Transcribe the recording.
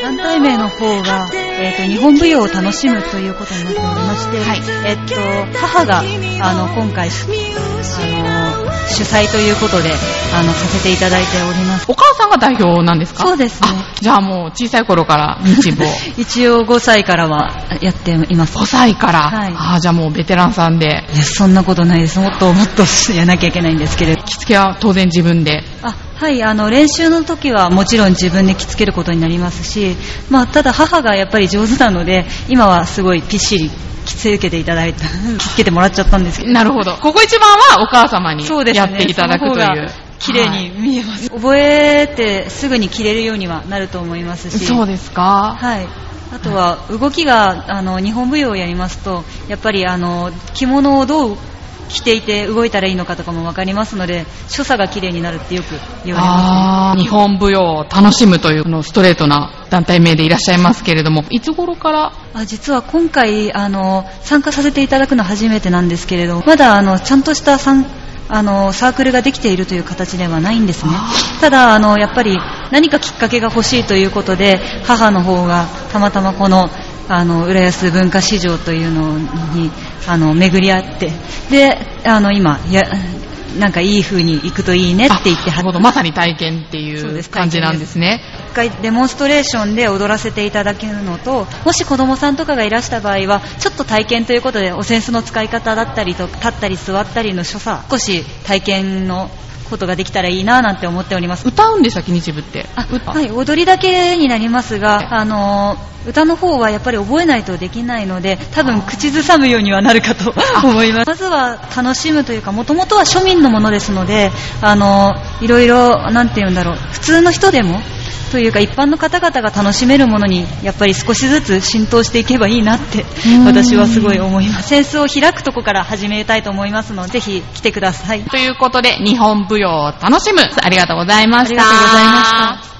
団体名の方が、日本舞踊を楽しむということになっておりまして、はい、母が今回主催ということでさせていただいております。 お母さんが代表なんですか？ そうですね。 じゃあもう小さい頃から日舞を一応5歳からはやっています。 5歳から、 はい、 じゃあもうベテランさんで。 いや、そんなことないです。もっとやらなきゃいけないんですけれど。 着付けは当然自分で。 はい、練習の時はもちろん自分で着付けることになりますし、ただ母がやっぱり上手なので、今はすごいピッシリ着付けていただいた、着付けてもらっちゃったんですけど。 なるほど。ここ一番はお母様にやっていただくという。 綺麗に見えます。覚えてすぐに着れるようにはなると思いますし。 そうですか。 はい。あとは動きが日本舞踊をやりますと、やっぱり着物をどう着ていて動いたらいいのかとかも分かりますので、所作が綺麗になるってよく言われますね。 日本舞踊を楽しむというストレートな団体名でいらっしゃいますけれども、いつ頃から？ 実は今回参加させていただくのは初めてなんですけれど、まだちゃんとしたサークルができているという形ではないんですね。ただやっぱり何かきっかけが欲しいということで、母の方がたまたまこの浦安文化市場というのに巡り合って、で今なんかいい風に行くといいねって言ってまさに体験っていう感じなんですね。 一回デモンストレーションで踊らせていただけるのと、もし子供さんとかがいらした場合はちょっと体験ということで、お扇子の使い方だったりと立ったり座ったりの所作、少し体験のことができたらいいななんて思っております。 歌うんでしたっけ、日舞って？ はい、踊りだけになりますが、歌の方はやっぱり覚えないとできないので、多分口ずさむようにはなるかと思います。まずは楽しむというか、もともとは庶民のものですので、いろいろなんて言うんだろう、普通の人でもというか一般の方々が楽しめるものにやっぱり少しずつ浸透していけばいいなって私はすごい思います。扇子を開くとこから始めたいと思いますので、ぜひ来てください。 ということで、日本舞踊を楽しむ、ありがとうございました。 ありがとうございました。